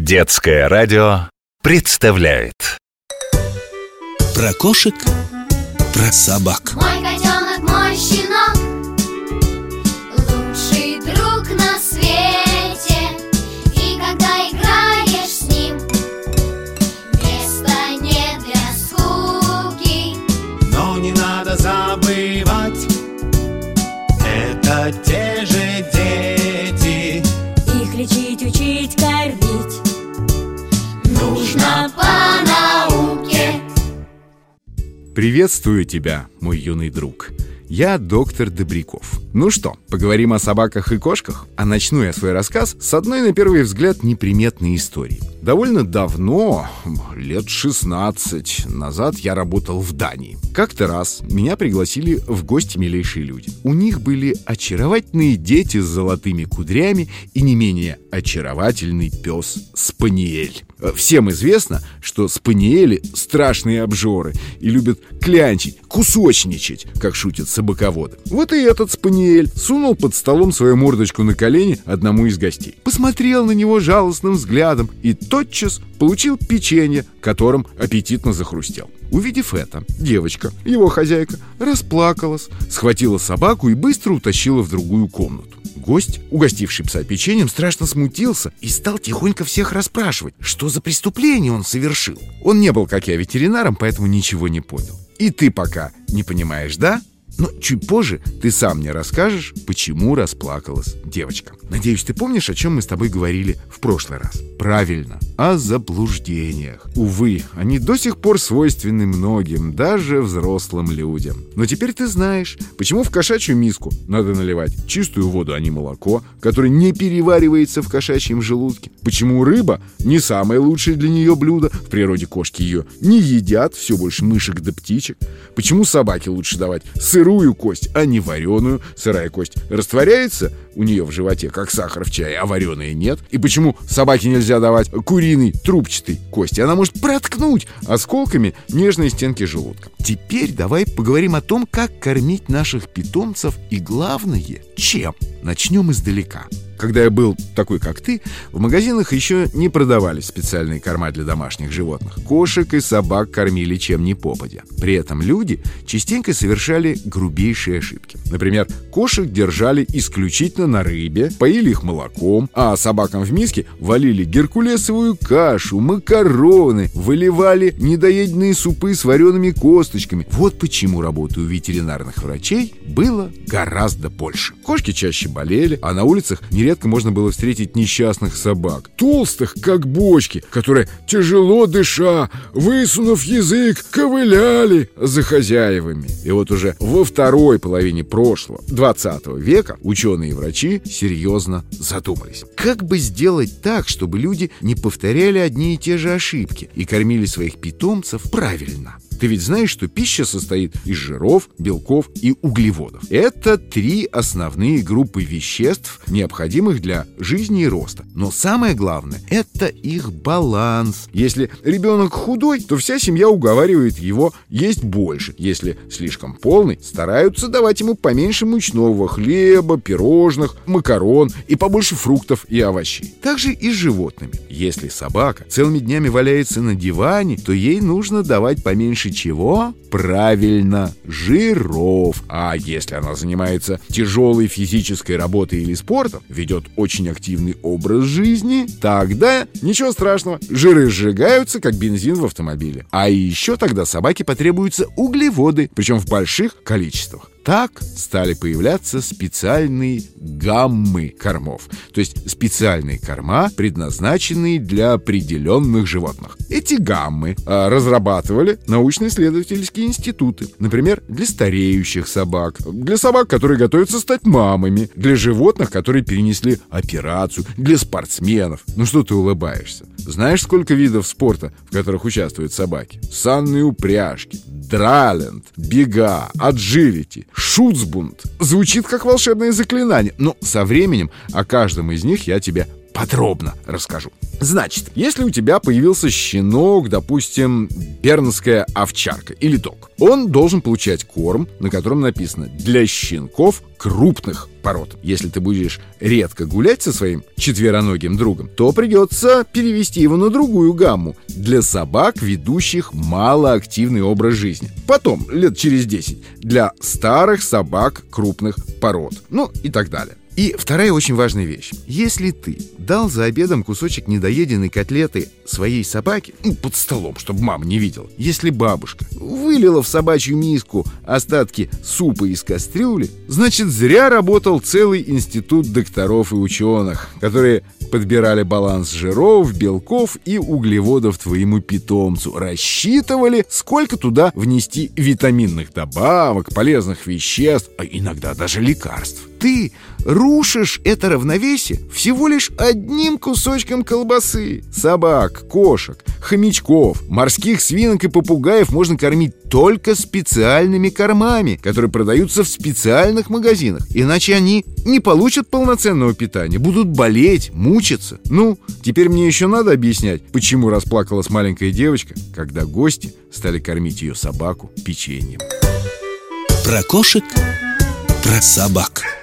Детское радио представляет про кошек, про собак. Мой котенок, мой щенок, лучший друг на свете. И когда играешь с ним, места нет для скуки. Но не надо забывать, это те же дети. Их лечить, учить, кормить Нужно по науке. Приветствую тебя, мой юный друг. Я доктор Добряков. Ну что, поговорим о собаках и кошках? А начну я свой рассказ с одной, на первый взгляд, неприметной истории. Довольно давно, лет 16 назад, я работал в Дании. Как-то раз меня пригласили в гости милейшие люди. У них были очаровательные дети с золотыми кудрями и не менее очаровательный пес Спаниель. Всем известно, что спаниели страшные обжоры и любят клянчить, кусочничать, как шутят собаководы. Вот и этот спаниель сунул под столом свою мордочку на колени одному из гостей. Посмотрел на него жалостным взглядом и тотчас получил печенье, которым аппетитно захрустел. Увидев это, девочка, его хозяйка, расплакалась, схватила собаку и быстро утащила в другую комнату. Гость, угостивший пса печеньем, страшно смутился и стал тихонько всех расспрашивать, что за преступление он совершил. Он не был, как я, ветеринаром, поэтому ничего не понял. И ты пока не понимаешь, да? Но чуть позже ты сам мне расскажешь, почему расплакалась девочка. Надеюсь, ты помнишь, о чем мы с тобой говорили в прошлый раз? Правильно, о заблуждениях. Увы, они до сих пор свойственны многим, даже взрослым людям. Но теперь ты знаешь, почему в кошачью миску надо наливать чистую воду, а не молоко, которое не переваривается в кошачьем желудке. Почему рыба не самое лучшее для нее блюдо, в природе кошки ее не едят, все больше мышек да птичек. Почему собаке лучше давать сырую кость, а не вареную. Сырая кость растворяется у нее в животе, как сахар в чае, а вареная нет. И почему собаке нельзя давать куриной трубчатой кости? Она может проткнуть осколками нежные стенки желудка. Теперь давай поговорим о том, как кормить наших питомцев и, главное, чем. Начнем издалека. Когда я был такой, как ты, в магазинах еще не продавались специальные корма для домашних животных. Кошек и собак кормили чем ни попадя. При этом люди частенько совершали грубейшие ошибки. Например, кошек держали исключительно на рыбе, поили их молоком, а собакам в миске валили геркулесовую кашу, макароны, выливали недоеденные супы с вареными косточками. Вот почему работы у ветеринарных врачей было гораздо больше. Кошки чаще болели, а на улицах нередко можно было встретить несчастных собак, толстых, как бочки, которые, тяжело дыша, высунув язык, ковыляли за хозяевами. И вот уже во второй половине прошлого, 20 века, ученые и врачи серьезно задумались. Как бы сделать так, чтобы люди не повторяли одни и те же ошибки и кормили своих питомцев правильно? Ты ведь знаешь, что пища состоит из жиров, белков и углеводов. Это 3 основные группы веществ, необходимых для жизни и роста. Но самое главное – это их баланс. Если ребенок худой, то вся семья уговаривает его есть больше. Если слишком полный, стараются давать ему поменьше мучного хлеба, пирожных, макарон и побольше фруктов и овощей. Также и с животными. Если собака целыми днями валяется на диване, то ей нужно давать поменьше чего? Правильно, жиров. А если она занимается тяжелой физической работой или спортом, ведет очень активный образ жизни, тогда ничего страшного, жиры сжигаются, как бензин в автомобиле. А еще тогда собаке потребуются углеводы, причем в больших количествах. Так стали появляться специальные гаммы кормов, то есть специальные корма, предназначенные для определенных животных. Эти гаммы разрабатывали научно-исследовательские институты, например, для стареющих собак, для собак, которые готовятся стать мамами, для животных, которые перенесли операцию, для спортсменов. Ну что ты улыбаешься? Знаешь, сколько видов спорта, в которых участвуют собаки? Санные упряжки, драленд, бега, аджилити, шуцбунд. Звучит как волшебное заклинание, но со временем о каждом из них я тебе подробно расскажу. Значит, если у тебя появился щенок, допустим, бернская овчарка или дог, он должен получать корм, на котором написано «для щенков крупных пород». Если ты будешь редко гулять со своим четвероногим другом, то придется перевести его на другую гамму для собак, ведущих малоактивный образ жизни. Потом, лет через 10, для старых собак крупных пород. Ну и так далее. И вторая очень важная вещь. Если ты дал за обедом кусочек недоеденной котлеты своей собаке, под столом, чтобы мама не видела, если бабушка вылила в собачью миску остатки супа из кастрюли, значит, зря работал целый институт докторов и ученых, которые подбирали баланс жиров, белков и углеводов твоему питомцу, рассчитывали, сколько туда внести витаминных добавок, полезных веществ, а иногда даже лекарств. Ты рушишь это равновесие всего лишь одним кусочком колбасы. Собак, кошек, хомячков, морских свинок и попугаев можно кормить только специальными кормами, которые продаются в специальных магазинах. Иначе они не получат полноценного питания, будут болеть, мучиться. Ну, теперь мне еще надо объяснять, почему расплакалась маленькая девочка, когда гости стали кормить ее собаку печеньем. Про кошек, про собак.